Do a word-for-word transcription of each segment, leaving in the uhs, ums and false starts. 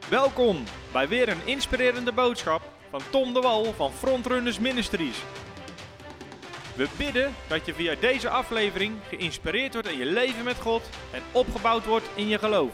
Welkom bij weer een inspirerende boodschap van Tom de Wal van Frontrunners Ministries. We bidden dat je via deze aflevering geïnspireerd wordt in je leven met God en opgebouwd wordt in je geloof.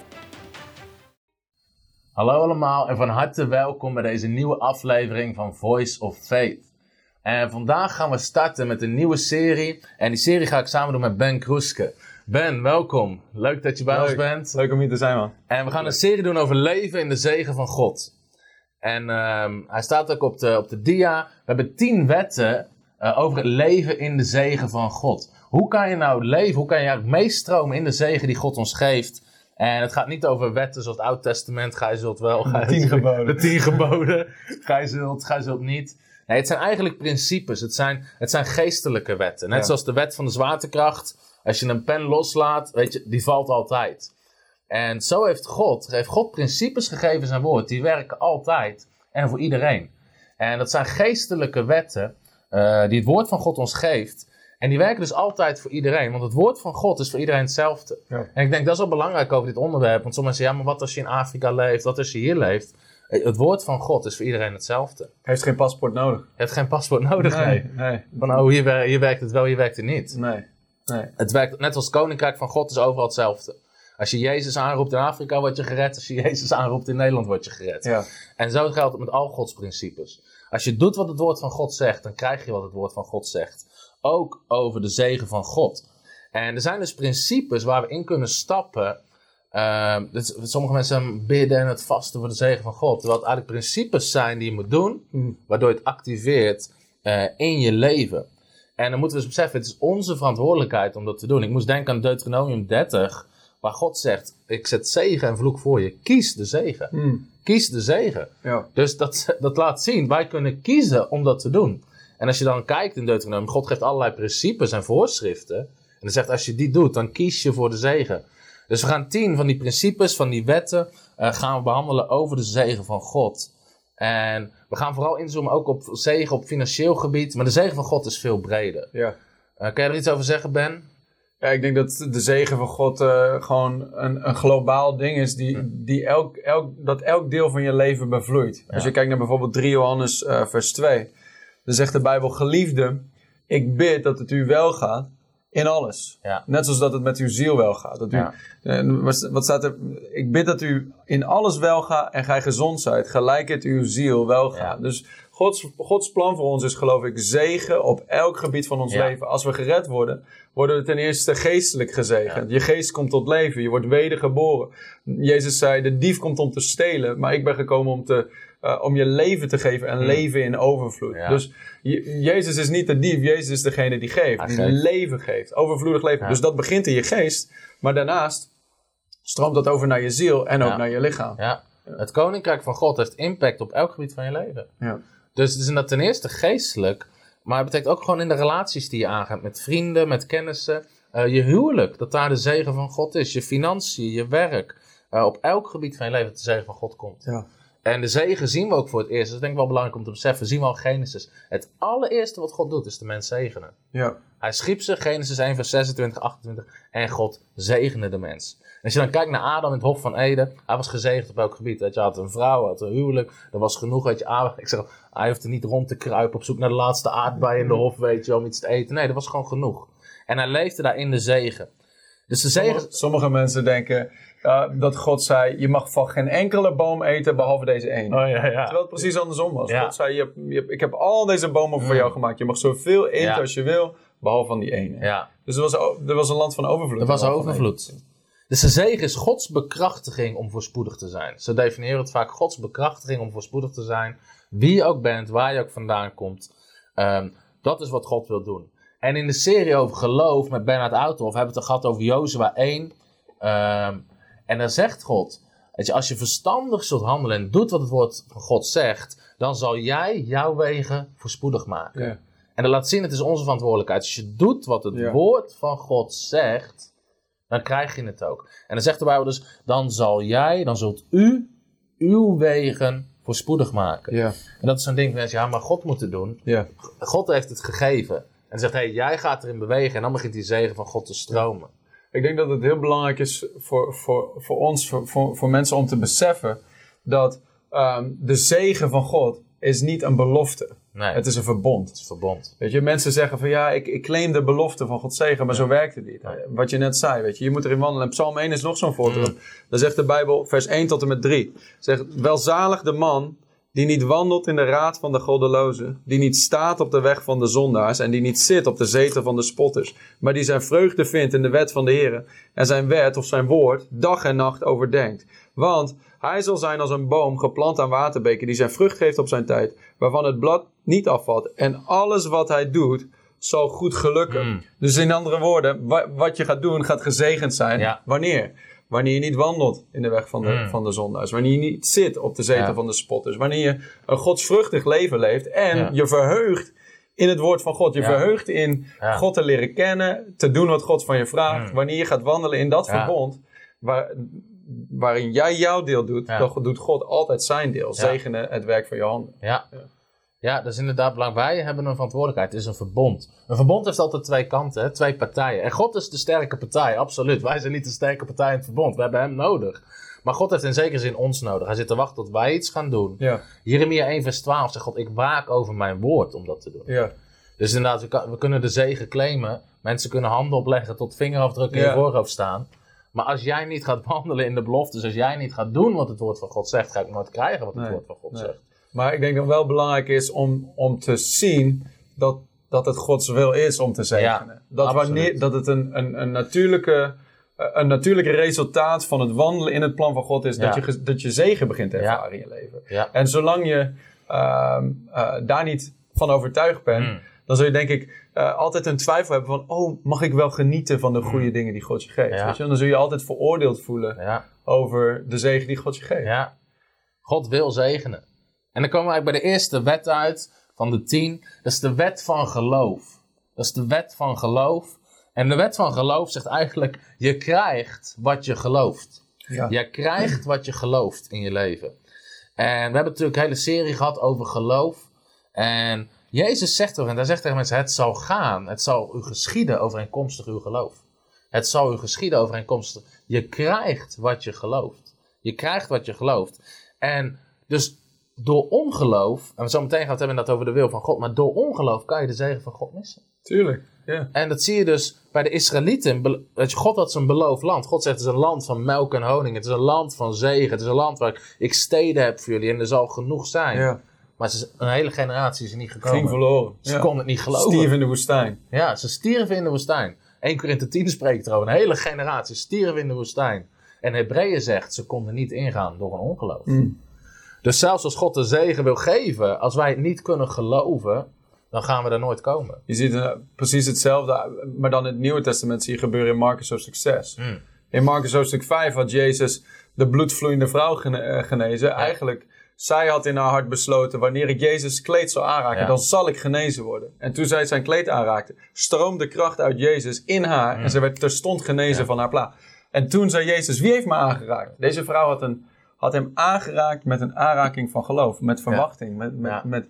Hallo allemaal en van harte welkom bij deze nieuwe aflevering van Voice of Faith. En vandaag gaan we starten met een nieuwe serie en die serie ga ik samen doen met Ben Kroeske. Ben, welkom. Leuk dat je bij Leuk. ons bent. Leuk om hier te zijn, man. En we gaan een serie doen over leven in de zegen van God. En um, hij staat ook op de, op de dia. We hebben tien wetten uh, over het leven in de zegen van God. Hoe kan je nou leven? Hoe kan je eigenlijk meestromen in de zegen die God ons geeft? En het gaat niet over wetten zoals het Oude Testament. Gij zult wel. De tien geboden. De tien geboden. Gij zult, gij zult niet. Nee, het zijn eigenlijk principes. Het zijn, het zijn geestelijke wetten. Net ja. zoals de wet van de zwaartekracht. Als je een pen loslaat, weet je, die valt altijd. En zo heeft God, heeft God principes gegeven in zijn woord. Die werken altijd en voor iedereen. En dat zijn geestelijke wetten uh, die het woord van God ons geeft. En die werken dus altijd voor iedereen. Want het woord van God is voor iedereen hetzelfde. Ja. En ik denk dat is wel belangrijk over dit onderwerp. Want sommigen zeggen, ja, maar wat als je in Afrika leeft? Wat als je hier leeft? Het woord van God is voor iedereen hetzelfde. Hij heeft geen paspoort nodig. Hij heeft geen paspoort nodig, nee. nee. nee. Van, oh, hier, hier werkt het wel, hier werkt het niet. Nee. Nee. Het werkt net als het koninkrijk van God is overal hetzelfde. Als je Jezus aanroept in Afrika, word je gered. Als je Jezus aanroept in Nederland, word je gered. Ja. En zo geldt het met al Gods principes. Als je doet wat het woord van God zegt, dan krijg je wat het woord van God zegt. Ook over de zegen van God. En er zijn dus principes waar we in kunnen stappen. Uh, dus sommige mensen bidden en het vasten voor de zegen van God. Terwijl het eigenlijk principes zijn die je moet doen, hmm. waardoor je het activeert uh, in je leven. En dan moeten we dus beseffen, het is onze verantwoordelijkheid om dat te doen. Ik moest denken aan Deuteronomium dertig, waar God zegt, ik zet zegen en vloek voor je. Kies de zegen. Hmm. Kies de zegen. Ja. Dus dat, dat laat zien, wij kunnen kiezen om dat te doen. En als je dan kijkt in Deuteronomium, God geeft allerlei principes en voorschriften. En dan zegt, als je die doet, dan kies je voor de zegen. Dus we gaan tien van die principes, van die wetten, uh, gaan we behandelen over de zegen van God. En we gaan vooral inzoomen ook op zegen op financieel gebied. Maar de zegen van God is veel breder. Ja. Uh, kan je er iets over zeggen, Ben? Ja, ik denk dat de zegen van God uh, gewoon een, een globaal ding is. Die, hm. die elk, elk, dat elk deel van je leven bevloeit. Ja. Als je kijkt naar bijvoorbeeld drie Johannes uh, vers twee. Dan zegt de Bijbel, geliefde, ik bid dat het u wel gaat. In alles. Ja. Net zoals dat het met uw ziel wel gaat. Dat u, ja. uh, wat staat er? Ik bid dat u in alles wel gaat en gij gezond zijt. Gelijk het uw ziel wel gaat. Ja. Dus Gods, Gods plan voor ons is, geloof ik, zegen op elk gebied van ons ja. leven. Als we gered worden, worden we ten eerste geestelijk gezegend. Ja. Je geest komt tot leven. Je wordt wedergeboren. Jezus zei, de dief komt om te stelen. Maar ik ben gekomen om te... Uh, om je leven te geven en hmm. leven in overvloed. Ja. Dus je, Jezus is niet de dief, Jezus is degene die geeft. Hij die geeft. leven geeft, overvloedig leven. Ja. Dus dat begint in je geest, maar daarnaast stroomt dat over naar je ziel en ook ja. naar je lichaam. Ja. Ja. Het koninkrijk van God heeft impact op elk gebied van je leven. Ja. Dus het is dat ten eerste geestelijk, maar het betekent ook gewoon in de relaties die je aangaat met vrienden, met kennissen. Uh, je huwelijk, dat daar de zegen van God is. Je financiën, je werk. Uh, op elk gebied van je leven dat de zegen van God komt. Ja. En de zegen zien we ook voor het eerst. Dat is denk ik wel belangrijk om te beseffen. Zien we al Genesis. Het allereerste wat God doet is de mens zegenen. Ja. Hij schiep ze, Genesis één vers zesentwintig, achtentwintig. En God zegende de mens. En als je dan kijkt naar Adam in het Hof van Eden. Hij was gezegend op elk gebied. Weet je, hij had een vrouw, hij had een huwelijk. Er was genoeg. Weet je, ik zeg, hij hoefde niet rond te kruipen op zoek naar de laatste aardbei in de hof. Weet je, om iets te eten. Nee, er was gewoon genoeg. En hij leefde daar in de zegen. Dus de zegen... Sommige, sommige mensen denken... Uh, dat God zei, je mag van geen enkele boom eten behalve deze ene. Oh, ja, ja. Terwijl het precies andersom was. Ja. God zei, je, je, ik heb al deze bomen mm. voor jou gemaakt. Je mag zoveel eten ja. als je wil, behalve van die ene. Ja. Dus er was, er was een land van overvloed. Er was overvloed. Dus de zegen is Gods bekrachtiging om voorspoedig te zijn. Zo definiëren we het vaak, Gods bekrachtiging om voorspoedig te zijn. Wie je ook bent, waar je ook vandaan komt. Um, dat is wat God wil doen. En in de serie over geloof met Bernhard Outhoff hebben we het gehad over Jozua één. Um, En dan zegt God, weet je, als je verstandig zult handelen en doet wat het woord van God zegt, dan zal jij jouw wegen voorspoedig maken. Yeah. En dat laat zien, het is onze verantwoordelijkheid. Als je doet wat het yeah. woord van God zegt, dan krijg je het ook. En dan zegt de Bijbel dus, dan zal jij, dan zult u uw wegen voorspoedig maken. Yeah. En dat is zo'n ding, mensen, ja, maar God moet het doen. Yeah. God heeft het gegeven. En dan zegt, hé, hey, jij gaat erin bewegen en dan begint die zegen van God te stromen. Ik denk dat het heel belangrijk is voor, voor, voor ons, voor, voor, voor mensen om te beseffen dat um, de zegen van God is niet een belofte. Nee. Het is een verbond. Het is een verbond. Weet je, mensen zeggen van ja, ik, ik claim de belofte van Gods zegen, maar ja. zo werkt het niet. Ja. Wat je net zei, weet je, je moet erin wandelen. En Psalm één is nog zo'n voorbeeld. Mm. Dan zegt de Bijbel, vers één tot en met drie. Zegt, welzalig de man die niet wandelt in de raad van de goddelozen, die niet staat op de weg van de zondaars en die niet zit op de zetel van de spotters, maar die zijn vreugde vindt in de wet van de Heer en zijn wet of zijn woord dag en nacht overdenkt. Want hij zal zijn als een boom geplant aan waterbeken die zijn vrucht geeft op zijn tijd, waarvan het blad niet afvalt. En alles wat hij doet zal goed gelukken. Mm. Dus in andere woorden, wa- wat je gaat doen gaat gezegend zijn. Ja. Wanneer? Wanneer je niet wandelt in de weg van de, mm. van de zondaars. Wanneer je niet zit op de zetel ja. van de spotters. Wanneer je een godsvruchtig leven leeft. En ja. je verheugt in het woord van God. Je ja. verheugt in ja. God te leren kennen. Te doen wat God van je vraagt. Mm. Wanneer je gaat wandelen in dat ja. verbond. Waar, waarin jij jouw deel doet. Ja. Dan doet God altijd zijn deel. Ja. Zegenen het werk van je handen. Ja. ja. Ja, dat is inderdaad belangrijk. Wij hebben een verantwoordelijkheid. Het is een verbond. Een verbond heeft altijd twee kanten, hè? Twee partijen. En God is de sterke partij, absoluut. Wij zijn niet de sterke partij in het verbond. We hebben hem nodig. Maar God heeft in zekere zin ons nodig. Hij zit te wachten tot wij iets gaan doen. Ja. Jeremia één vers twaalf zegt God, ik waak over mijn woord om dat te doen. Ja. Dus inderdaad, we, kan, we kunnen de zegen claimen. Mensen kunnen handen opleggen tot vingerafdrukken ja. in je voorhoofd staan. Maar als jij niet gaat wandelen in de beloftes, als jij niet gaat doen wat het woord van God zegt, ga ik nooit krijgen wat het nee. woord van God nee. zegt. Maar ik denk dat het wel belangrijk is om, om te zien dat, dat het Gods wil is om te zegenen. Ja, dat, wanneer, dat het een, een, een, natuurlijke, een natuurlijke resultaat van het wandelen in het plan van God is. Ja. Dat, je, dat je zegen begint te ervaren ja. in je leven. Ja. En zolang je uh, uh, daar niet van overtuigd bent, mm. dan zul je denk ik uh, altijd een twijfel hebben van, oh, mag ik wel genieten van de goede mm. dingen die God je geeft? Ja. Weet je? Dan zul je altijd veroordeeld voelen ja. over de zegen die God je geeft. Ja. God wil zegenen. En dan komen we eigenlijk bij de eerste wet uit van de tien. Dat is de wet van geloof. Dat is de wet van geloof. En de wet van geloof zegt eigenlijk, je krijgt wat je gelooft. Ja. Je krijgt wat je gelooft in je leven. En we hebben natuurlijk een hele serie gehad over geloof. En Jezus zegt er, en daar zegt tegen mensen, het zal gaan. Het zal u geschieden overeenkomstig uw geloof. Het zal u geschieden overeenkomstig. Je krijgt wat je gelooft. Je krijgt wat je gelooft. En dus door ongeloof, en zo meteen gaan we het hebben dat over de wil van God, maar door ongeloof kan je de zegen van God missen. Tuurlijk, ja. Yeah. En dat zie je dus bij de Israëlieten. God had zijn beloofd land. God zegt het is een land van melk en honing. Het is een land van zegen. Het is een land waar ik steden heb voor jullie en er zal genoeg zijn. Yeah. Maar ze, een hele generatie is er niet gekomen. Ging verloren. Ze ja. konden het niet geloven. Stierven in de woestijn. Ja, ze stierven in de woestijn. Eerste Korinthe tien spreekt erover. Een hele generatie stierven in de woestijn. En Hebreeën zegt, ze konden niet ingaan door een ongeloof. Mm. Dus zelfs als God de zegen wil geven, als wij het niet kunnen geloven, dan gaan we er nooit komen. Je ziet uh, precies hetzelfde, maar dan in het Nieuwe Testament zie je gebeuren in Marcus hoofdstuk zes. Mm. In Marcus hoofdstuk vijf had Jezus de bloedvloeiende vrouw gene- genezen. Ja. Eigenlijk, zij had in haar hart besloten, wanneer ik Jezus' kleed zal aanraken, ja. dan zal ik genezen worden. En toen zij zijn kleed aanraakte, stroomde kracht uit Jezus in haar mm. en ze werd terstond genezen ja. van haar plaag. En toen zei Jezus, wie heeft me aangeraakt? Deze vrouw had een... had hem aangeraakt met een aanraking van geloof. Met verwachting. Ja. Met, met, ja. met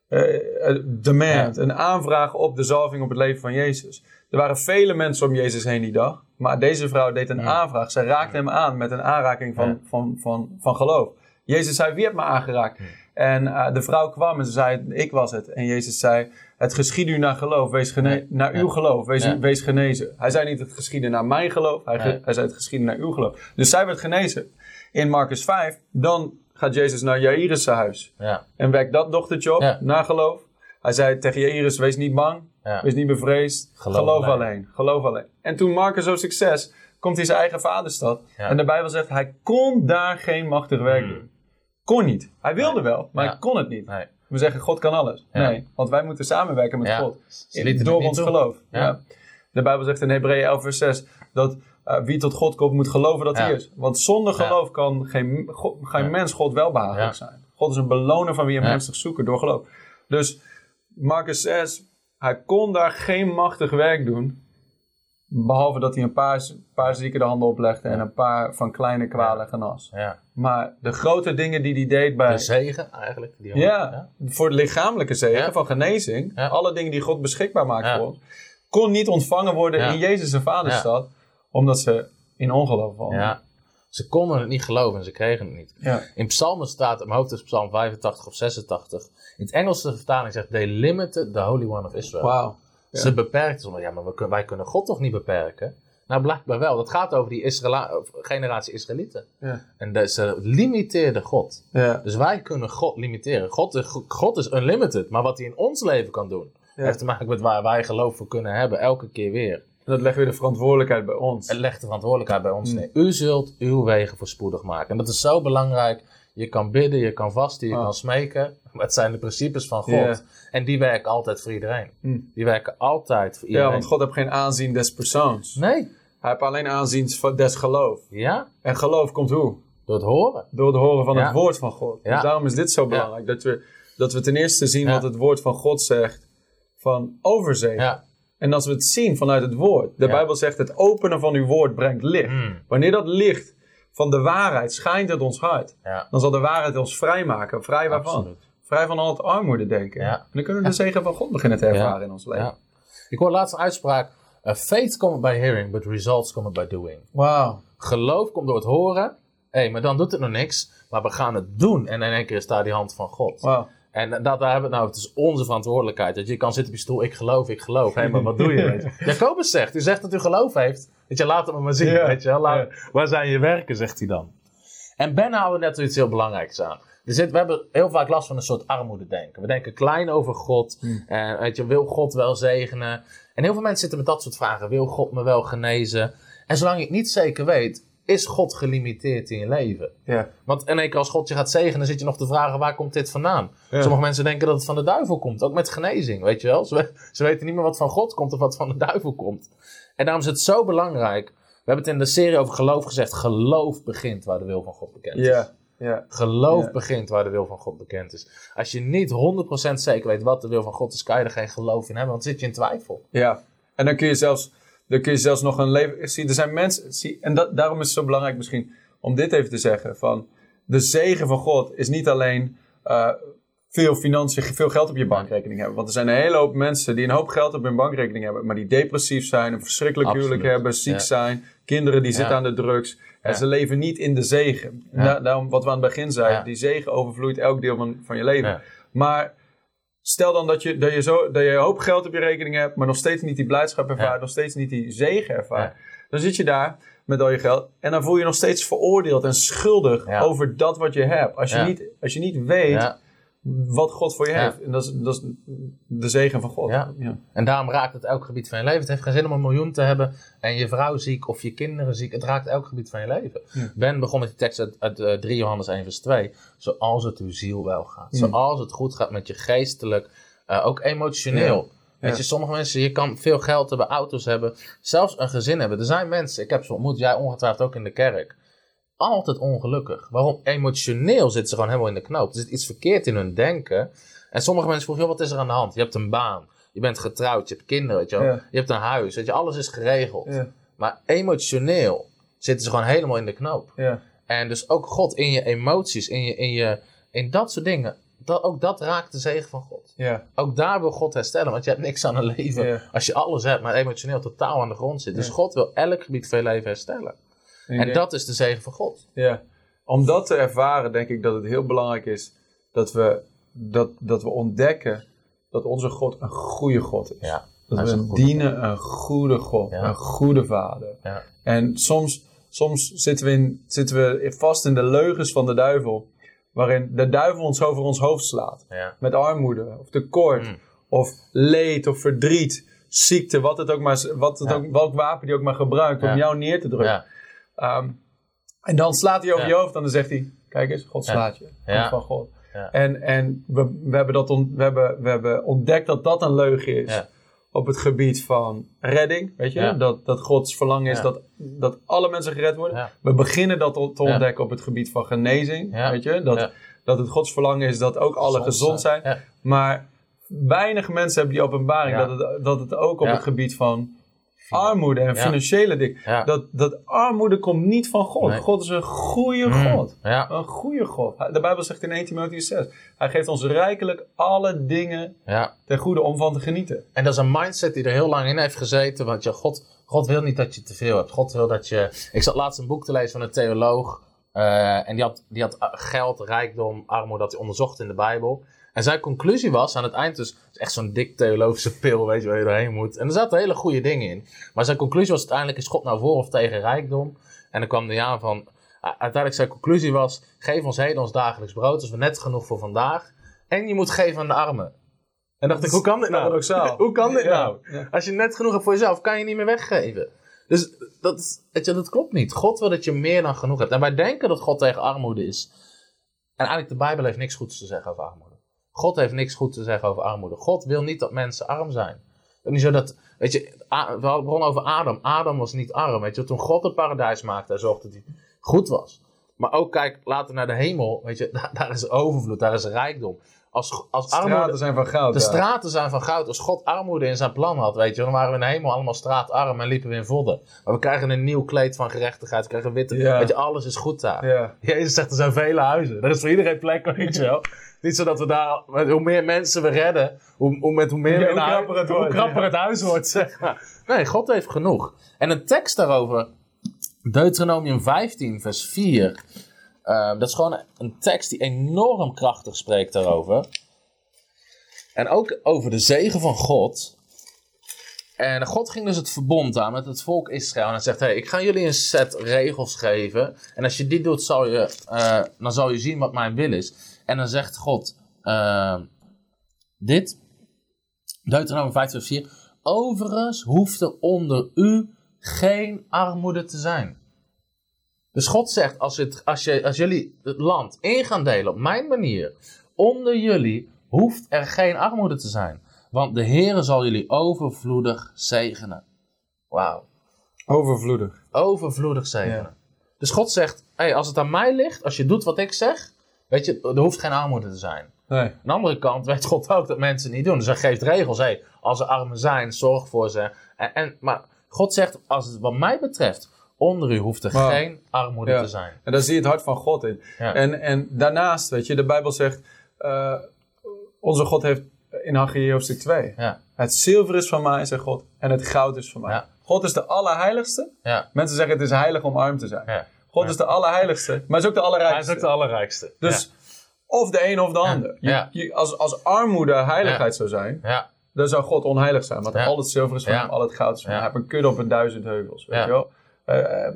uh, demand. Ja. Een aanvraag op de zalving op het leven van Jezus. Er waren vele mensen om Jezus heen die dag. Maar deze vrouw deed een ja. aanvraag. Zij raakte hem aan met een aanraking van, ja. van, van, van, van geloof. Jezus zei, wie heeft me aangeraakt? Ja. En uh, de vrouw kwam en ze zei, ik was het. En Jezus zei, het geschiedde u naar geloof. Wees gene- ja. naar uw ja. geloof. Wees, ja. wees genezen. Hij zei niet, het geschiedde naar mijn geloof. Hij, ge- ja. hij zei, het geschiedde naar uw geloof. Dus zij werd genezen. In Marcus vijf, dan gaat Jezus naar Jairus' huis. Ja. En wekt dat dochtertje op, ja. naar geloof. Hij zei tegen Jairus, wees niet bang, ja. wees niet bevreesd, geloof, geloof alleen. alleen. Geloof alleen. En toen Marcus zo succes, komt hij zijn eigen vaderstad. Ja. En de Bijbel zegt, hij kon daar geen machtig werk hmm. doen. Kon niet. Hij wilde nee. wel, maar ja. hij kon het niet. Nee. We zeggen, God kan alles. Ja. Nee, want wij moeten samenwerken met ja. God. In, door ons geloof. Ja. Ja. De Bijbel zegt in Hebreeën elf vers zes, dat... Uh, wie tot God komt, moet geloven dat ja. hij is. Want zonder geloof ja. kan geen, God, geen ja. mens God welbehagelijk ja. zijn. God is een beloner van wie hem ja. ernstig zoeken door geloof. Dus Marcus zes, hij kon daar geen machtig werk doen. Behalve dat hij een paar, paar zieken de handen oplegde ja. en een paar van kleine kwalen ja. genas. Ja. Maar de grote dingen die hij deed bij... De zegen eigenlijk. Die ja, ja, voor de lichamelijke zegen ja. van genezing. Ja. Alle dingen die God beschikbaar maakt ja. voor ons. Kon niet ontvangen worden ja. in Jezus' vaderstad. Ja. Omdat ze in ongeloof vallen. Ja. Ze konden het niet geloven en ze kregen het niet. Ja. In Psalmen staat, mijn hoofd is Psalm vijfentachtig of zesentachtig. In het Engelse vertaling zegt, they limited the Holy One of Israel. Wauw. Ja. Ze beperkten ze. Ja, maar we kunnen, wij kunnen God toch niet beperken? Nou, blijkbaar wel. Dat gaat over die Israëla- generatie Israëlieten. Ja. En de, ze limiteerden God. Ja. Dus wij kunnen God limiteren. God is, God is unlimited. Maar wat hij in ons leven kan doen, Ja. heeft te maken met waar wij geloof voor kunnen hebben. Elke keer weer. En dat legt weer de verantwoordelijkheid bij ons. Het legt de verantwoordelijkheid bij ons Mm. neer. U zult uw wegen voorspoedig maken. En dat is zo belangrijk. Je kan bidden, je kan vasten, je Oh. kan smeken. Maar het zijn de principes van God. Ja. En die werken altijd voor iedereen. Mm. Die werken altijd voor iedereen. Ja, want God heeft geen aanzien des persoons. Nee. Hij heeft alleen aanzien van des geloof. Ja, En geloof komt hoe? door het horen. Door het horen van Ja. het woord van God. Ja. Dus daarom is dit zo belangrijk. Dat, we, dat we ten eerste zien Ja. wat het woord van God zegt van overzegen. Ja. En als we het zien vanuit het woord. De Ja. Bijbel zegt het openen van uw woord brengt licht. Mm. Wanneer dat licht van de waarheid schijnt uit ons hart. Ja. Dan zal de waarheid ons vrijmaken. Vrij waarvan? Absoluut. Vrij van al het armoede denken. Ja. En dan kunnen we de zegen van God beginnen te ervaren Ja. in ons leven. Ja. Ik hoor laatst een uitspraak. Uh, faith comes by hearing, but results come by doing. Wauw. Geloof komt door het horen. Hé, hey, maar dan doet het nog niks. Maar we gaan het doen. En in één keer is daar die hand van God. Wauw. En dat, daar hebben we het nou. Het is onze verantwoordelijkheid. Dat je kan zitten op je stoel. Ik geloof, ik geloof. Hé, hey, maar wat doe je? Weet je? Jacobus zegt. U zegt dat u geloof heeft. Weet je, laat het me maar zien. Ja. Weet je, laat, Ja. Waar zijn je werken, zegt hij dan. En Ben haalde net iets heel belangrijks aan. Er zit, we hebben heel vaak last van een soort armoede denken. We denken klein over God. Hmm. En weet je, wil God wel zegenen? En heel veel mensen zitten met dat soort vragen. Wil God me wel genezen? En zolang je het niet zeker weet, is God gelimiteerd in je leven. Ja. Want in één keer als God je gaat zegenen, zit je nog te vragen, waar komt dit vandaan? Ja. Sommige mensen denken dat het van de duivel komt. Ook met genezing, weet je wel. Ze, we- ze weten niet meer wat van God komt of wat van de duivel komt. En daarom is het zo belangrijk. We hebben het in de serie over geloof gezegd. Geloof begint waar de wil van God bekend is. Ja. Ja. Geloof Ja. begint waar de wil van God bekend is. Als je niet honderd procent zeker weet wat de wil van God is, kan je er geen geloof in hebben, want dan zit je in twijfel. Ja, en dan kun je zelfs, dan kun je zelfs nog een leven... Zie, er zijn mensen... Zie, en dat, daarom is het zo belangrijk misschien om dit even te zeggen. Van, de zegen van God is niet alleen uh, veel financiën, veel geld op je bankrekening hebben. Want er zijn een hele hoop mensen die een hoop geld op hun bankrekening hebben, maar die depressief zijn, een verschrikkelijk Absoluut. huwelijk hebben, ziek Ja. zijn, kinderen die Ja. zitten aan de drugs. En Ja. ze leven niet in de zegen. Ja. Da- daarom wat we aan het begin zeiden, Ja. die zegen overvloeit elk deel van, van je leven. Ja. Maar stel dan dat je, dat, je zo, dat je een hoop geld op je rekening hebt, maar nog steeds niet die blijdschap ervaart, Ja. nog steeds niet die zegen ervaart. Ja. Dan zit je daar met al je geld en dan voel je je nog steeds veroordeeld en schuldig Ja. over dat wat je hebt. Als je, Ja. niet, als je niet weet Ja. wat God voor je Ja. heeft. En dat is, dat is de zegen van God. Ja. Ja. En daarom raakt het elk gebied van je leven. Het heeft geen zin om een miljoen te hebben en je vrouw ziek of je kinderen ziek. Het raakt elk gebied van je leven. Ja. Ben begon met die tekst uit, uit uh, drie Johannes één vers twee. Zoals het uw ziel wel gaat. Ja. Zoals het goed gaat met je geestelijk, uh, ook emotioneel. Ja. Weet Ja. je, sommige mensen, je kan veel geld hebben, auto's hebben, zelfs een gezin hebben. Er zijn mensen, ik heb ze ontmoet, jij ongetwijfeld ook in de kerk, altijd ongelukkig. Waarom? Emotioneel zitten ze gewoon helemaal in de knoop. Er zit iets verkeerd in hun denken. En sommige mensen vroegen, joh, wat is er aan de hand? Je hebt een baan, je bent getrouwd, je hebt kinderen, weet je wel. Ja. Je hebt een huis, weet je, alles is geregeld. Ja. Maar emotioneel zitten ze gewoon helemaal in de knoop. Ja. En dus ook God in je emoties, in, je, in, je, in dat soort dingen, dat, ook dat raakt de zegen van God. Ja. Ook daar wil God herstellen, want je hebt niks aan een leven Ja. als je alles hebt, maar emotioneel totaal aan de grond zit. Dus Ja. God wil elk gebied van je leven herstellen. En ik En denk- dat is de zegen van God. Ja, om dat te ervaren denk ik dat het heel belangrijk is dat we, dat, dat we ontdekken dat onze God een goede God is. Ja, Dat hij is we een goede dienen een goede God, Ja. een goede Vader. Ja. En soms, soms zitten, we in, zitten we vast in de leugens van de duivel, waarin de duivel ons over ons hoofd slaat. Ja. Met armoede, of tekort, Mm. of leed, of verdriet, ziekte, wat het ook maar, wat het Ja. ook, welk wapen die ook maar gebruikt om Ja. jou neer te drukken. Ja. Ehm, en dan slaat hij over Ja. je hoofd en dan zegt hij, kijk eens, God Ja. slaat je. Komt Ja. van God. Ja. En, en we, we, hebben dat on, we, hebben, we hebben ontdekt dat dat een leugen is. Ja. Op het gebied van redding, weet je. Ja. Dat, dat Gods verlangen is Ja. dat, dat alle mensen gered worden. Ja. We beginnen dat te Ja. ontdekken op het gebied van genezing, Ja. weet je. Dat, Ja. dat het Gods verlangen is dat ook alle gezond zijn. Ja. Maar weinig mensen hebben die openbaring Ja. dat, het, dat het ook op Ja. het gebied van armoede en Ja. financiële dingen. Ja. Dat, dat armoede komt niet van God. Nee. God is een goede Mm. God. Ja. Een goede God. De Bijbel zegt in eerste Timotheüs zes. Hij geeft ons rijkelijk alle dingen Ja. ten goede om van te genieten. En dat is een mindset die er heel lang in heeft gezeten. Want ja, God God wil niet dat je te veel hebt. God wil dat je... Ik zat laatst een boek te lezen van een theoloog. Uh, en die had, die had geld, rijkdom, armoede, dat hij onderzocht in de Bijbel. En zijn conclusie was aan het eind, dus het is echt zo'n dik theologische pil, weet je, waar je doorheen moet. En er zaten hele goede dingen in. Maar zijn conclusie was uiteindelijk, is God nou voor of tegen rijkdom? En dan kwam hij aan van, uh, uiteindelijk zijn conclusie was, geef ons heden ons dagelijks brood, dus we net genoeg voor vandaag. En je moet geven aan de armen. En dacht ik, hoe kan dit nou? Hoe kan dit nou? Ja. Als je net genoeg hebt voor jezelf, kan je niet meer weggeven. Dus dat, weet je, dat klopt niet. God wil dat je meer dan genoeg hebt. En wij denken dat God tegen armoede is. En eigenlijk de Bijbel heeft niks goeds te zeggen over armoede. God heeft niks goed te zeggen over armoede. God wil niet dat mensen arm zijn. Het is niet zo dat, weet je, we hadden begonnen over Adam. Adam was niet arm, weet je. Toen God het paradijs maakte, hij zorgde dat hij goed was. Maar ook kijk later naar de hemel, weet je, daar, daar is overvloed, daar is rijkdom. Als, als armoede, straten zijn van goud. De ja. straten zijn van goud. Als God armoede in zijn plan had, weet je, dan waren we in de hemel allemaal straatarm en liepen we in vodden. Maar we krijgen een nieuw kleed van gerechtigheid, we krijgen witte, ja. weet je, alles is goed daar. Ja. Jezus zegt, er zijn vele huizen. Er is voor iedereen plek, weet je wel. Niet zo dat we daar, met hoe meer mensen we redden, hoe, hoe, met hoe meer ja, hoe krapper het, hoe wordt, krapper ja. het huis wordt, zeg maar. Nee, God heeft genoeg. En een tekst daarover, Deuteronomium vijftien, vers vier. Uh, dat is gewoon een tekst die enorm krachtig spreekt daarover. En ook over de zegen van God. En God ging dus het verbond aan met het volk Israël. En hij zegt, hey, ik ga jullie een set regels geven. En als je dit doet, zal je, uh, dan zal je zien wat mijn wil is. En dan zegt God, uh, dit, Deuteronomium vijftien vers vier. Overigens hoeft er onder u geen armoede te zijn. Dus God zegt, als, het, als, je, als jullie het land in gaan delen op mijn manier, onder jullie hoeft er geen armoede te zijn. Want de Heere zal jullie overvloedig zegenen. Wauw. Overvloedig. Overvloedig zegenen. Ja. Dus God zegt, hey, als het aan mij ligt, als je doet wat ik zeg, weet je, er hoeft geen armoede te zijn. Nee. Aan de andere kant weet God ook dat mensen het niet doen. Dus hij geeft regels. Hey, als er armen zijn, zorg voor ze. En, en, maar God zegt, als het wat mij betreft, onder u hoeft er maar, geen armoede ja. te zijn. En daar zie je het hart van God in. Ja. En, en daarnaast, weet je, de Bijbel zegt, uh, onze God heeft in Haggai hoofdstuk twee. Ja. Het zilver is van mij, zegt God, en het goud is van mij. Ja. God is de allerheiligste. Ja. Mensen zeggen het is heilig om arm te zijn. Ja. God ja. is de allerheiligste, maar is ook de allerrijkste. Hij is ook de allerrijkste. Dus ja. of de een of de ander. Ja. Je, je, als, als armoede heiligheid ja. zou zijn, ja. dan zou God onheilig zijn. Want ja. al het zilver is van ja. hem, al het goud is van ja. hem. Hij heeft een kudde op een duizend heuvels. Weet ja. je wel? Uh, uh,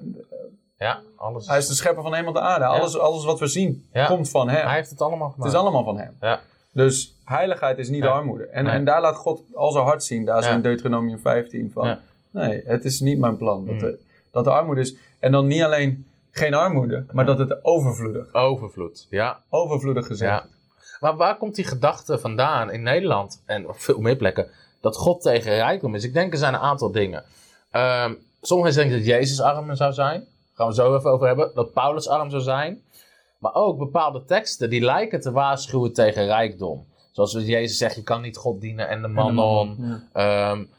ja, alles. Hij is de schepper van hemel en de aarde. Ja. Alles, alles wat we zien ja. komt van hem. Hij heeft het allemaal gemaakt. Het is allemaal van hem. Ja. Dus heiligheid is niet ja. armoede. En, nee. en daar laat God al zijn hart zien. Daar is ja. in Deuteronomium vijftien van. Ja. Nee, het is niet mijn plan. Dat, mm. de, dat er armoede is. En dan niet alleen geen armoede, maar ja. dat het overvloedig. Overvloed, ja. Overvloedig gezegd. Ja. Maar waar komt die gedachte vandaan in Nederland en op veel meer plekken dat God tegen rijkdom is? Ik denk er zijn een aantal dingen. Um, sommigen denken dat Jezus arm zou zijn. Daar gaan we zo even over hebben. Dat Paulus arm zou zijn. Maar ook bepaalde teksten die lijken te waarschuwen tegen rijkdom. Zoals Jezus zegt, je kan niet God dienen en de mammon. Ja. Um,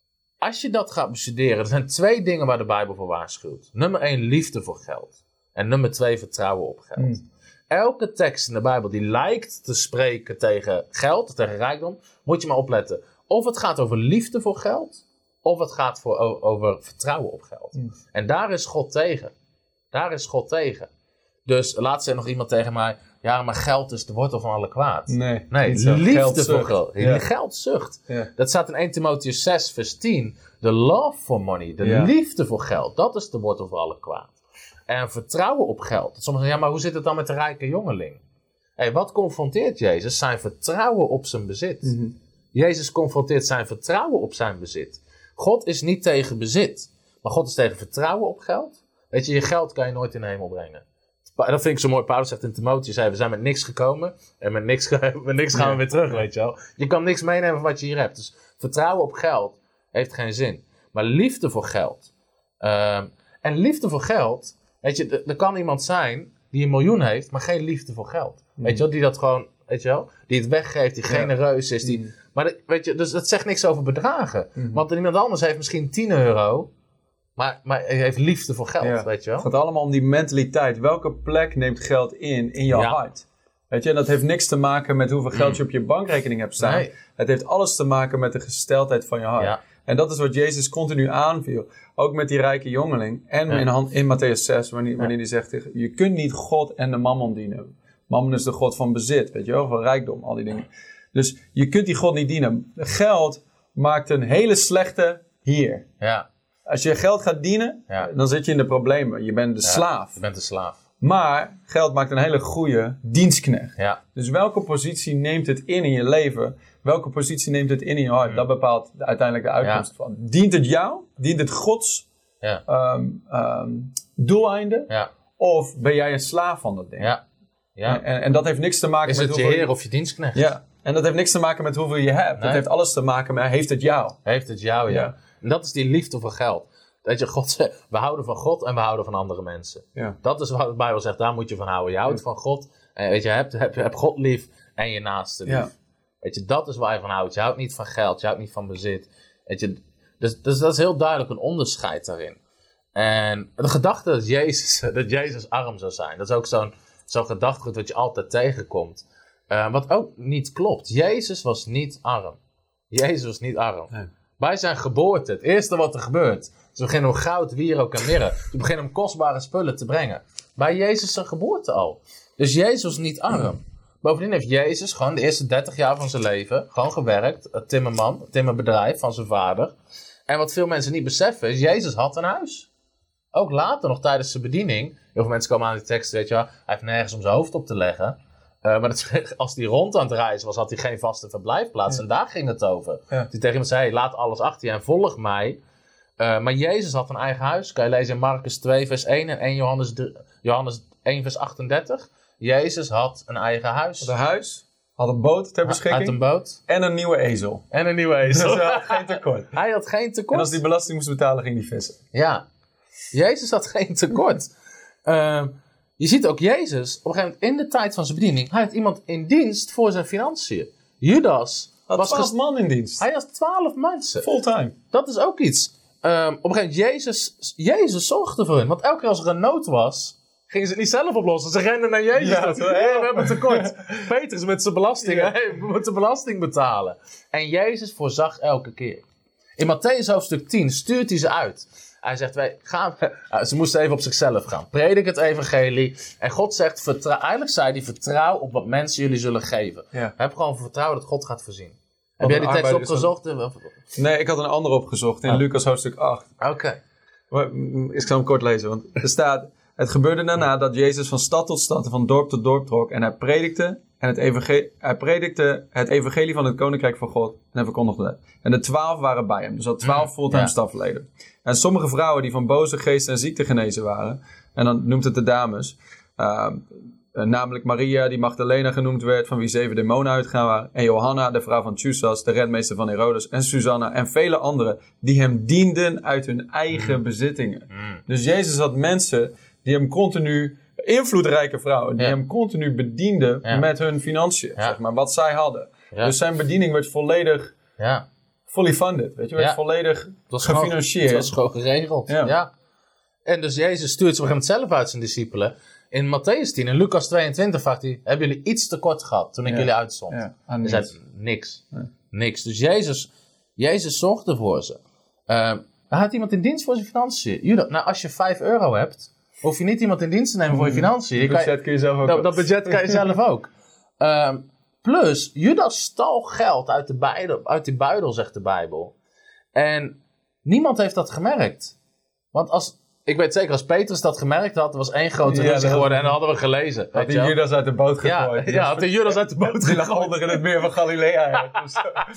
als je dat gaat bestuderen, er zijn twee dingen waar de Bijbel voor waarschuwt. Nummer één, liefde voor geld. En nummer twee, vertrouwen op geld. Mm. Elke tekst in de Bijbel die lijkt te spreken tegen geld, tegen rijkdom, moet je maar opletten. Of het gaat over liefde voor geld, of het gaat voor, over vertrouwen op geld. Mm. En daar is God tegen. Daar is God tegen. Dus laatst zei nog iemand tegen mij, ja, maar geld is de wortel van alle kwaad. Nee, nee liefde geldzucht. voor geld. Ja. Geldzucht. Ja. Dat staat in eerste Timotheüs zes vers tien. The love for money, de ja. liefde voor geld, dat is de wortel van alle kwaad. En vertrouwen op geld. Sommigen zeggen, ja, maar hoe zit het dan met de rijke jongeling? Hey, wat confronteert Jezus? Zijn vertrouwen op zijn bezit. Mm-hmm. Jezus confronteert zijn vertrouwen op zijn bezit. God is niet tegen bezit, maar God is tegen vertrouwen op geld. Weet je, je geld kan je nooit in de hemel brengen. Dat vind ik zo mooi. Paulus zegt in Timotheüs, we zijn met niks gekomen en met niks, met niks gaan we weer terug, weet je wel. Je kan niks meenemen van wat je hier hebt. Dus vertrouwen op geld heeft geen zin. Maar liefde voor geld. Um, en liefde voor geld, weet je, er kan iemand zijn die een miljoen heeft, maar geen liefde voor geld. Mm. Weet je wel, die dat gewoon, weet je wel, die het weggeeft, die genereus is. Die, mm. Maar de, weet je, dus dat zegt niks over bedragen. Mm. Want iemand anders heeft misschien tien euro... Maar, maar hij heeft liefde voor geld, ja. weet je wel. Het gaat allemaal om die mentaliteit. Welke plek neemt geld in, in jouw ja. hart? Weet je, en dat heeft niks te maken met hoeveel geld je op je bankrekening hebt staan. Nee. Het heeft alles te maken met de gesteldheid van je hart. Ja. En dat is wat Jezus continu aanviel. Ook met die rijke jongeling. En ja. in, hand, in Matthäus zes, wanneer, ja. wanneer hij zegt tegen... Je kunt niet God en de mammon dienen. Mammon is de God van bezit, weet je wel, van rijkdom, al die dingen. Dus je kunt die God niet dienen. Geld maakt een hele slechte hier. Ja. Als je geld gaat dienen, ja. dan zit je in de problemen. Je bent de ja, slaaf. Je bent de slaaf. Maar geld maakt een hele goede dienstknecht. Ja. Dus welke positie neemt het in in je leven? Welke positie neemt het in in je hart? Mm. Dat bepaalt de, uiteindelijk de uitkomst ja. van. Dient het jou? Dient het Gods ja. um, um, doeleinde? Ja. Of ben jij een slaaf van dat ding? Ja. Ja. En, en dat heeft niks te maken Is met het je hoeveel... heer of je dienstknecht? Ja. En dat heeft niks te maken met hoeveel je hebt. Nee. Dat heeft alles te maken met, heeft het jou? Heeft het jou, ja. ja. En dat is die liefde voor geld. Dat je God zegt, we houden van God en we houden van andere mensen. Ja. Dat is wat de Bijbel zegt, daar moet je van houden. Je houdt ja. van God. En weet je, hebt, heb, heb God lief en je naaste lief. Ja. Weet je, dat is waar je van houdt. Je houdt niet van geld, je houdt niet van bezit. Weet je, dus, dus dat is heel duidelijk een onderscheid daarin. En de gedachte dat Jezus, dat Jezus arm zou zijn, dat is ook zo'n, zo'n gedachtegoed wat je altijd tegenkomt. Uh, wat ook niet klopt. Jezus was niet arm. Jezus was niet arm. Nee. Bij zijn geboorte, het eerste wat er gebeurt, ze beginnen om goud, wierook en mirre. Ze beginnen om kostbare spullen te brengen. Bij Jezus zijn geboorte al. Dus Jezus was niet arm. Bovendien heeft Jezus gewoon de eerste dertig jaar van zijn leven gewoon gewerkt. Een timmerman, een timmerbedrijf van zijn vader. En wat veel mensen niet beseffen is, Jezus had een huis. Ook later, nog tijdens zijn bediening. Heel veel mensen komen aan die tekst, weet je wel. Hij heeft nergens om zijn hoofd op te leggen. Uh, maar dat, als hij rond aan het reizen was, had hij geen vaste verblijfplaats. Ja. En daar ging het over. Ja. Die tegen iemand zei, hey, laat alles achter je en volg mij. Uh, maar Jezus had een eigen huis. Kan je lezen in Marcus twee vers één en één Johannes, Johannes één vers achtendertig. Jezus had een eigen huis. Had een huis, had een boot ter beschikking. Had een boot. En een nieuwe ezel. En een nieuwe ezel. Dus hij had geen tekort. Hij had geen tekort. En als hij belasting moest betalen, ging hij vissen. Ja. Jezus had geen tekort. Uh, je ziet ook Jezus, op een gegeven moment in de tijd van zijn bediening, hij had iemand in dienst voor zijn financiën. Judas had was twaalf man in dienst. Hij had twaalf mensen. Fulltime. Dat is ook iets. Um, op een gegeven moment, Jezus, Jezus zorgde voor hen. Want elke keer als er een nood was, gingen ze het niet zelf oplossen. Ze renden naar Jezus. Ja, toe. Hey, we hebben tekort. Petrus met zijn belasting. Ja. Hey, we moeten belasting betalen. En Jezus voorzag elke keer. In Matthäus hoofdstuk tien stuurt hij ze uit. Hij zegt, wij gaan, uh, ze moesten even op zichzelf gaan. Predik het evangelie. En God zegt, vertrouw, eigenlijk zei hij, vertrouw op wat mensen jullie zullen geven. Ja. Heb gewoon vertrouwen dat God gaat voorzien. Heb jij die tekst opgezocht? Van... Nee, ik had een andere opgezocht in oh. Lucas hoofdstuk acht. Oké. Okay. Ik zal hem kort lezen, want er staat... Het gebeurde daarna dat Jezus van stad tot stad en van dorp tot dorp trok. En hij predikte, en het evangelie, hij predikte het evangelie van het koninkrijk van God. En hij verkondigde het. En de twaalf waren bij hem. Dus dat twaalf fulltime ja. stafleden. En sommige vrouwen die van boze geesten en ziekten genezen waren. En dan noemt het de dames. Uh, namelijk Maria, die Magdalena genoemd werd, van wie zeven demonen uitgegaan waren. En Johanna, de vrouw van Tjusas, de redmeester van Herodes. En Susanna en vele anderen die hem dienden uit hun eigen bezittingen. Mm. Dus Jezus had mensen... die hem continu, invloedrijke vrouwen, die ja. hem continu bedienden ja. met hun financiën, ja. zeg maar, wat zij hadden. Ja. Dus zijn bediening werd volledig, ja. fully funded, weet je, werd ja. volledig was gefinancierd. Dat was gewoon geregeld, ja. ja. En dus Jezus stuurt ze op een gegeven moment zelf uit zijn discipelen. In Matthäus tien en Lucas tweeëntwintig vraagt hij, hebben jullie iets tekort gehad toen ik ja. jullie uitzond? Ja. Ah, hij zei, niks. Ja. Niks. Dus Jezus, Jezus zorgde voor ze. Uh, dan had iemand in dienst voor zijn financiën. Judas, nou, als je vijf euro hebt... hoef je niet iemand in dienst te nemen voor je financiën. Dat budget kun je zelf ook. Dat, dat budget kan je zelf ook. Um, plus, Judas stal geld uit de buidel, uit die buidel, zegt de Bijbel. En niemand heeft dat gemerkt. Want als, ik weet zeker, als Petrus dat gemerkt had, er was één grote ja, ruzie geworden en dan hadden we gelezen. Had hij Judas uit de boot gegooid. Ja, ja had hij Judas uit de boot gegooid. Die lag onder in het meer van Galilea. Dus.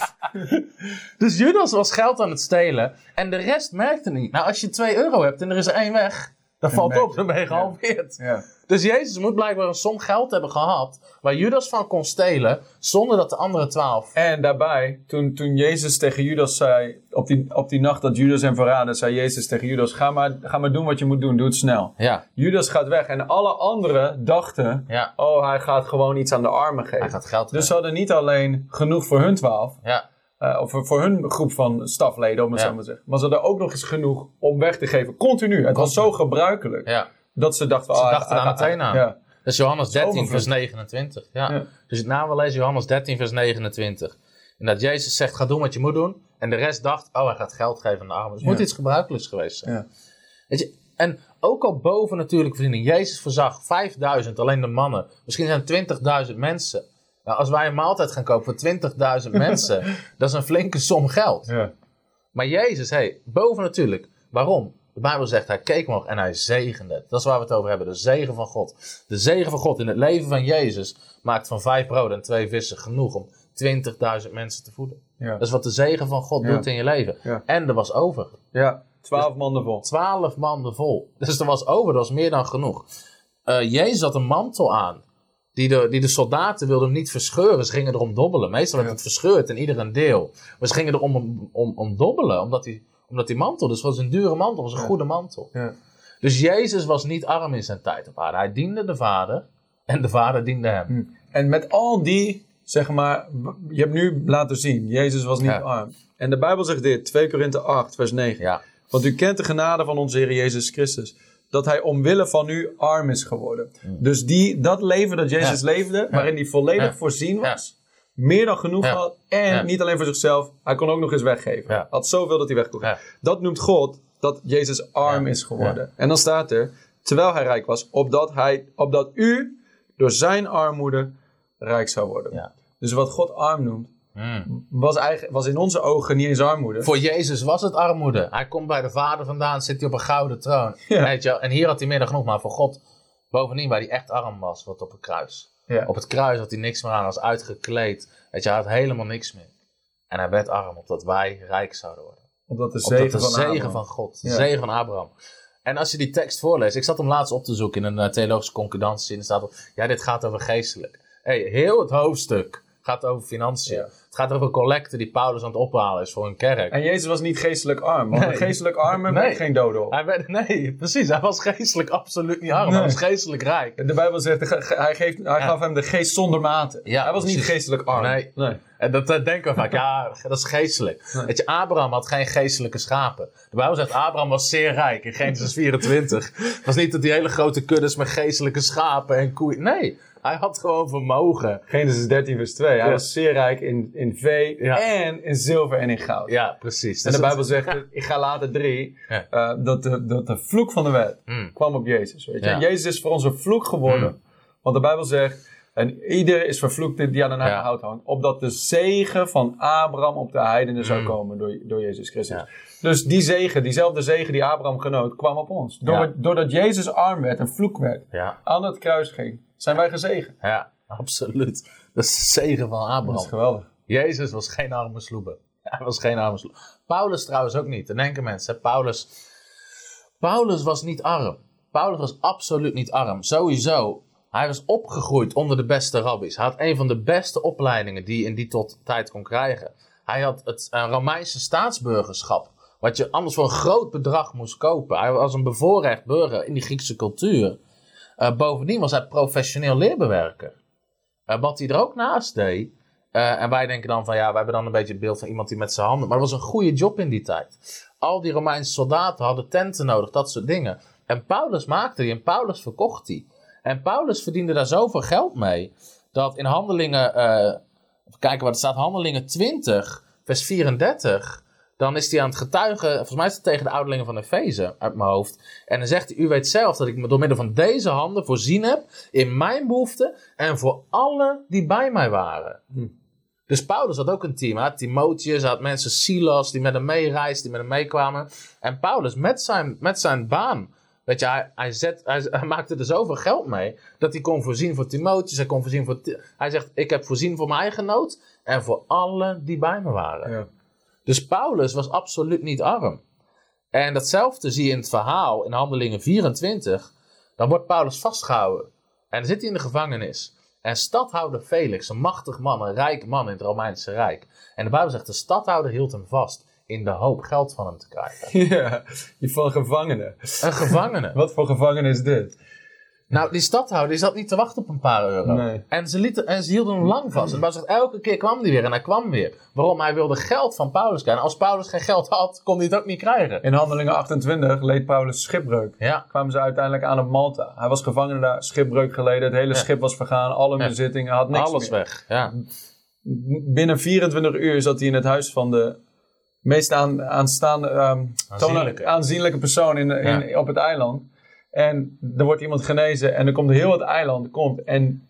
dus Judas was geld aan het stelen en de rest merkte niet. Nou, als je twee euro hebt en er is er één weg... Dat valt op, dan ben je gehalveerd. Ja. Ja. Dus Jezus moet blijkbaar een som geld hebben gehad... waar Judas van kon stelen... zonder dat de andere twaalf... En daarbij, toen, toen Jezus tegen Judas zei... Op die, op die nacht dat Judas hem verraadde... zei Jezus tegen Judas... Ga maar, ga maar doen wat je moet doen, doe het snel. Ja. Judas gaat weg en alle anderen dachten... Ja. Oh, hij gaat gewoon iets aan de armen geven. Hij gaat geld geven. Dus ze hadden niet alleen genoeg voor hun twaalf... Ja. Uh, of voor hun groep van stafleden, om het ja. zo maar te zeggen. Maar ze hadden ook nog eens genoeg om weg te geven. Continu. Het Continu. was zo gebruikelijk. Ja. Dat ze dachten... Ze ah, dachten ah, aan meteen aan. Ja. Dat is Johannes dertien, vers Overvloed. negenentwintig. Ja. Ja. Dus het naam wel lezen, Johannes dertien, vers negenentwintig. En dat Jezus zegt, ga doen wat je moet doen. En de rest dacht, oh, hij gaat geld geven aan de armen. Dus het Ja. moet iets gebruikelijks geweest zijn. Ja. Weet je, en ook al boven natuurlijk voorziening. Jezus voorzag vijfduizend, alleen de mannen. Misschien zijn het twintigduizend mensen. Nou, als wij een maaltijd gaan kopen voor twintigduizend mensen, dat is een flinke som geld. Ja. Maar Jezus, hey, boven natuurlijk. Waarom? De Bijbel zegt, hij keek omhoog en hij zegende het. Dat is waar we het over hebben, de zegen van God. De zegen van God in het leven van Jezus maakt van vijf broden en twee vissen genoeg om twintigduizend mensen te voeden. Ja. Dat is wat de zegen van God Ja. doet in je leven. Ja. En er was over. Ja, twaalf manden vol. Twaalf manden vol. Dus er was over, dat was meer dan genoeg. Uh, Jezus had een mantel aan. Die de, die de soldaten wilden niet verscheuren. Ze gingen erom dobbelen. Meestal werd het verscheurd in ieder een deel. Maar ze gingen erom om, om, om dobbelen. Omdat die, omdat die mantel, dus was een dure mantel. was een Ja. goede mantel. Ja. Dus Jezus was niet arm in zijn tijd op aarde. Hij diende de Vader. En de Vader diende hem. En met al die, zeg maar, je hebt nu laten zien, Jezus was niet Ja. arm. En de Bijbel zegt dit, twee Korinthe acht, vers negen. Ja. Want u kent de genade van onze Heer Jezus Christus. Dat hij omwille van u arm is geworden. Mm. Dus die, dat leven dat Jezus Ja. leefde, waarin hij volledig Ja. voorzien was. Ja. Meer dan genoeg Ja. had. En Ja. niet alleen voor zichzelf, hij kon ook nog eens weggeven. Ja. Had zoveel dat hij weg kon geven. Ja. Dat noemt God dat Jezus arm Ja. is geworden. En dan staat er, terwijl hij rijk was, opdat, hij, opdat u door zijn armoede rijk zou worden. Ja. Dus wat God arm noemt, Mm. was, eigen, was in onze ogen niet eens armoede. Voor Jezus was het armoede. Hij komt bij de Vader vandaan, zit hij op een gouden troon. Ja. Weet je wel? En hier had hij meer dan genoeg. Maar voor God, bovendien waar hij echt arm was, wordt op het kruis. Ja. Op het kruis had hij niks meer aan, hij was uitgekleed. Weet je, hij had helemaal niks meer. En hij werd arm, opdat wij rijk zouden worden. Opdat de Opdat zegen, de van, zegen Abraham. van God, de Ja. zegen van Abraham. En als je die tekst voorleest, ik zat hem laatst op te zoeken in een uh, theologische concordantie. En er staat op, ja, dit gaat over geestelijk. Hey, heel het hoofdstuk gaat over financiën. Ja. Het gaat over collecten die Paulus aan het ophalen is voor een kerk. En Jezus was niet geestelijk arm. Want Nee. een geestelijk arme Nee. werd geen doden op. Hij werd, nee, precies. Hij was geestelijk absoluut niet arm. Nee. Hij was geestelijk rijk. De Bijbel zegt, ge- ge- hij, geeft, hij Ja. gaf hem de geest zonder mate. Ja, hij was niet precies. geestelijk arm. Nee. nee. En dat uh, denken we vaak, ja, dat is geestelijk. Nee. Weet je, Abraham had geen geestelijke schapen. De Bijbel zegt, Abraham was zeer rijk in Genesis vierentwintig. Het was niet dat die hele grote kuddes met geestelijke schapen en koeien. Nee, hij had gewoon vermogen. Genesis dertien vers twee. Hij Ja. was zeer rijk in, in vee Ja. en in zilver en in goud. Ja, precies. En Dus de het- Bijbel zegt, ik ga later drie, Ja. uh, dat, de, dat de vloek van de wet Mm. kwam op Jezus. Weet je? Ja. Jezus is voor ons een vloek geworden. Mm. Want de Bijbel zegt, en ieder is vervloekt die aan een Ja. hout hangt. Opdat de zegen van Abraham op de heidenen zou Mm. komen door, door Jezus Christus. Ja. Dus die zegen, diezelfde zegen die Abraham genoot, kwam op ons. Door, Ja. Doordat Jezus arm werd en vloek werd, Ja, aan het kruis ging, zijn wij gezegend. ja, absoluut. Dat is de zegen van Dat is Abraham. geweldig. Jezus was geen arme sloeber. Hij was geen arme sloeber. Paulus trouwens ook niet. Dan denken mensen, hè, Paulus... Paulus was niet arm. Paulus was absoluut niet arm. Sowieso. Hij was opgegroeid onder de beste rabbies. Hij had een van de beste opleidingen die je in die tot tijd kon krijgen. Hij had het uh, Romeinse staatsburgerschap. Wat je anders voor een groot bedrag moest kopen. Hij was een bevoorrecht burger in die Griekse cultuur. Uh, bovendien was hij professioneel leerbewerker. Uh, wat hij er ook naast deed. Uh, en wij denken dan van ja, wij hebben dan een beetje het beeld van iemand die met zijn handen... Maar dat was een goede job in die tijd. Al die Romeinse soldaten hadden tenten nodig, dat soort dingen. En Paulus maakte die en Paulus verkocht die. En Paulus verdiende daar zoveel geld mee. Dat in handelingen, uh, even kijken wat er staat, handelingen twintig, vers vierendertig... Dan is hij aan het getuigen, volgens mij is het tegen de ouderlingen van Efeze uit mijn hoofd. En dan zegt hij, u weet zelf dat ik me door middel van deze handen voorzien heb in mijn behoeften en voor allen die bij mij waren. Hm. Dus Paulus had ook een team. Hij had Timotheus, hij had mensen, Silas, die met hem meereisden, die met hem meekwamen. En Paulus met zijn, met zijn baan, weet je, hij, hij, zet, hij, hij maakte er zoveel geld mee, dat hij kon voorzien voor Timotheus, hij kon voorzien voor... Hij zegt, ik heb voorzien voor mijn eigen nood en voor allen die bij me waren. Ja. Dus Paulus was absoluut niet arm. En datzelfde zie je in het verhaal in Handelingen vierentwintig. Dan wordt Paulus vastgehouden. En dan zit hij in de gevangenis. En stadhouder Felix, een machtig man, een rijk man in het Romeinse Rijk. En de Bijbel zegt, de stadhouder hield hem vast in de hoop geld van hem te krijgen. Ja, je van gevangenen. Een gevangene. Wat voor gevangenen is dit? Nou, die stadhouder die zat niet te wachten op een paar euro. Nee. En, ze lieten, en ze hielden hem lang vast. En de Bijbel zegt, elke keer kwam hij weer en hij kwam weer. Waarom? Hij wilde geld van Paulus krijgen. En als Paulus geen geld had, kon hij het ook niet krijgen. In Handelingen achtentwintig leed Paulus schipbreuk. Ja. Kwamen ze uiteindelijk aan op Malta. Hij was gevangene daar, schipbreuk geleden. Het hele Ja. schip was vergaan, alle Ja. bezittingen, had niks Alles meer. weg. Ja. Binnen vierentwintig uur zat hij in het huis van de meest aan, aanstaande, um, Aanzienlijke. aanzienlijke persoon in, in, ja. op het eiland. En er wordt iemand genezen en er komt heel het eiland komt en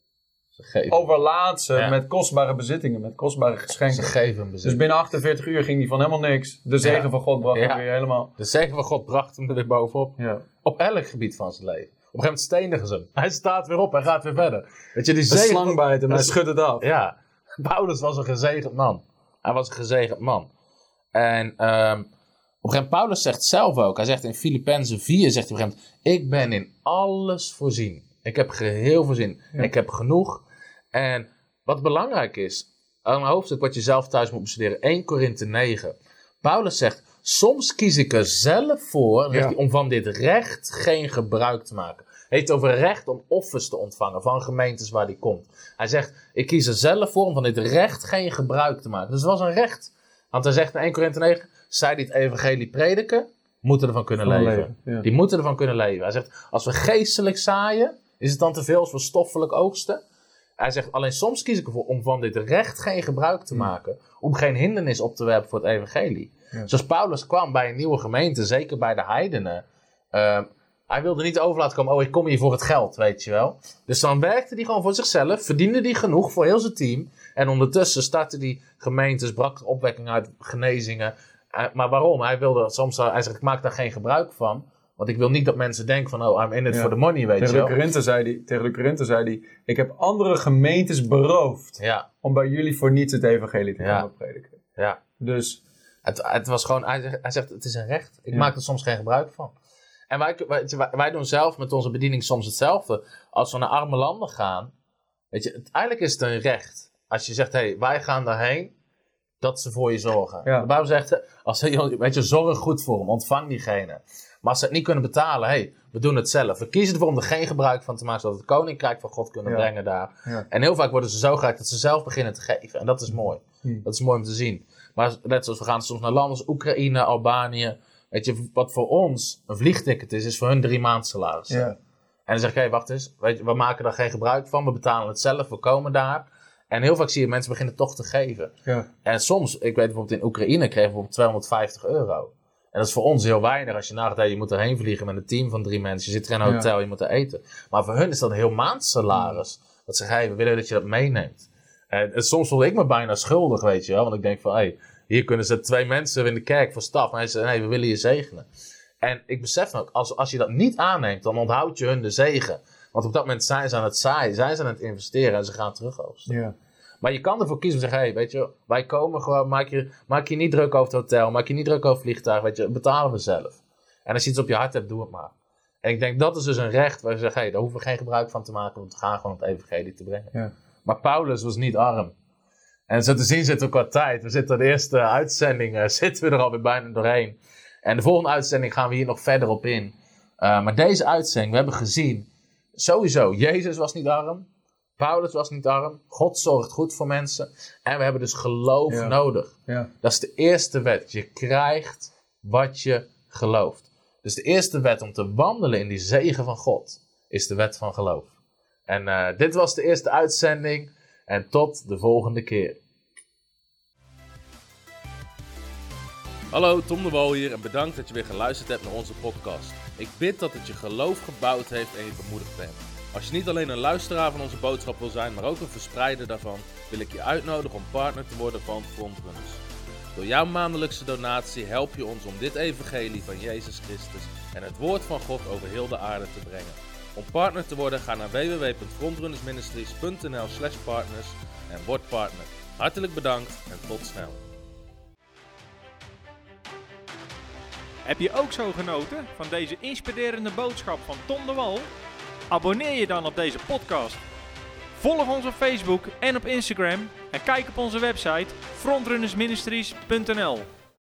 overlaat ze ja. met kostbare bezittingen, met kostbare geschenken. Ze geven hem dus binnen achtenveertig uur ging hij van helemaal niks. De zegen ja. van God bracht ja. hem weer helemaal. De zegen van God bracht hem er weer bovenop. Ja. Op elk gebied van zijn leven. Op een gegeven moment stenigen ze hem. Hij staat weer op, hij gaat weer verder. Weet je, die zegen... Een slang bijt hem, hij schudt het af. Ja, Paulus was een gezegend man. Hij was een gezegend man. En um, op een gegeven moment, Paulus zegt zelf ook, hij zegt in Filippenzen vier, zegt hij op een gegeven moment, ik ben in alles voorzien. Ik heb geheel voorzien. Ja. Ik heb genoeg. En wat belangrijk is, een hoofdstuk wat je zelf thuis moet bestuderen, Eerste Korinthe negen. Paulus zegt, soms kies ik er zelf voor ja. hij, om van dit recht geen gebruik te maken. Hij heeft over recht om offers te ontvangen van gemeentes waar hij komt. Hij zegt, ik kies er zelf voor om van dit recht geen gebruik te maken. Dus het was een recht. Want hij zegt in Eerste Korinthe negen, zij die het evangelie prediken, moeten ervan kunnen van leven. leven ja. Die moeten ervan kunnen leven. Hij zegt, als we geestelijk zaaien, is het dan te veel als we stoffelijk oogsten? Hij zegt, alleen soms kies ik ervoor om van dit recht geen gebruik te maken. Om geen hindernis op te werpen voor het evangelie. Ja. Zoals Paulus kwam bij een nieuwe gemeente, zeker bij de heidenen. Uh, hij wilde niet over laten komen, oh ik kom hier voor het geld, weet je wel. Dus dan werkte hij gewoon voor zichzelf, verdiende hij genoeg voor heel zijn team. En ondertussen startte hij gemeentes, brak opwekking uit, genezingen. Uh, maar waarom? Hij wilde soms, hij zegt, ik maak daar geen gebruik van. Want ik wil niet dat mensen denken van, oh, I'm in it ja. for the money, weet tegen je wel. De Korinthe zei die, tegen de Korinthe zei hij, ik heb andere gemeentes beroofd ja. om bij jullie voor niets het evangelie te ja. gaan prediken. Ja. Dus. Het, het was gewoon, hij zegt, hij zegt, het is een recht. Ik ja. maak er soms geen gebruik van. En wij, wij, wij doen zelf met onze bediening soms hetzelfde. Als we naar arme landen gaan, weet je, het, eigenlijk is het een recht. Als je zegt, hé, hey, wij gaan daarheen, dat ze voor je zorgen. Ja. De Bijbel zegt, als, weet je, zorg goed voor hem, ontvang diegene. Maar als ze het niet kunnen betalen, hé, hey, we doen het zelf. We kiezen ervoor om er geen gebruik van te maken, zodat we het koninkrijk van God kunnen ja. brengen daar. Ja. En heel vaak worden ze zo gelijk dat ze zelf beginnen te geven. En dat is mooi. Hmm. Dat is mooi om te zien. Maar net zoals we gaan soms naar landen als Oekraïne, Albanië. Weet je, wat voor ons een vliegticket is, is voor hun drie maanden salaris. Ja. En dan zeg ik, hé, hey, wacht eens. Weet je, we maken daar geen gebruik van. We betalen het zelf, we komen daar. En heel vaak zie je mensen beginnen toch te geven. Ja. En soms, ik weet bijvoorbeeld in Oekraïne kregen we bijvoorbeeld tweehonderdvijftig euro. En dat is voor ons heel weinig. Als je nagaat, hey, je moet erheen vliegen met een team van drie mensen. Je zit er in een hotel, ja. je moet er eten. Maar voor hun is dat een heel maandsalaris. Dat ze zeggen, hey, we willen dat je dat meeneemt. En, en soms voel ik me bijna schuldig, weet je wel. Want ik denk van, hey, hier kunnen ze twee mensen in de kerk voor staf. Maar hij zegt, nee, we willen je zegenen. En ik besef ook, als, als je dat niet aanneemt, dan onthoud je hun de zegen. Want op dat moment zijn ze aan het zaaien, zijn ze aan het investeren en ze gaan terugoogsten. Ja. Maar je kan ervoor kiezen om te zeggen, hey, weet je, wij komen gewoon, maak je, maak je niet druk over het hotel, maak je niet druk over het vliegtuig, weet je, betalen we zelf. En als je iets op je hart hebt, doe het maar. En ik denk, dat is dus een recht waar je zegt, hey, daar hoeven we geen gebruik van te maken, want we gaan gewoon het evangelie te brengen. Ja. Maar Paulus was niet arm. En zo te zien zitten we qua tijd. We zitten de eerste uitzending, uh, zitten we er alweer bijna doorheen. En de volgende uitzending gaan we hier nog verder op in. Uh, maar deze uitzending, we hebben gezien, sowieso, Jezus was niet arm. Paulus was niet arm. God zorgt goed voor mensen. En we hebben dus geloof ja. nodig. Ja. Dat is de eerste wet. Je krijgt wat je gelooft. Dus de eerste wet om te wandelen in die zegen van God is de wet van geloof. En uh, dit was de eerste uitzending. En tot de volgende keer. Hallo, Tom de Wal hier en bedankt dat je weer geluisterd hebt naar onze podcast. Ik bid dat het je geloof gebouwd heeft en je bemoedigd bent. Als je niet alleen een luisteraar van onze boodschap wil zijn, maar ook een verspreider daarvan, wil ik je uitnodigen om partner te worden van Frontrunners. Door jouw maandelijkse donatie help je ons om dit evangelie van Jezus Christus en het woord van God over heel de aarde te brengen. Om partner te worden, ga naar w w w punt frontrunnersministries punt n l slash partners en word partner. Hartelijk bedankt en tot snel. Heb je ook zo genoten van deze inspirerende boodschap van Tom de Wal? Abonneer je dan op deze podcast. Volg ons op Facebook en op Instagram en kijk op onze website frontrunnersministries punt n l.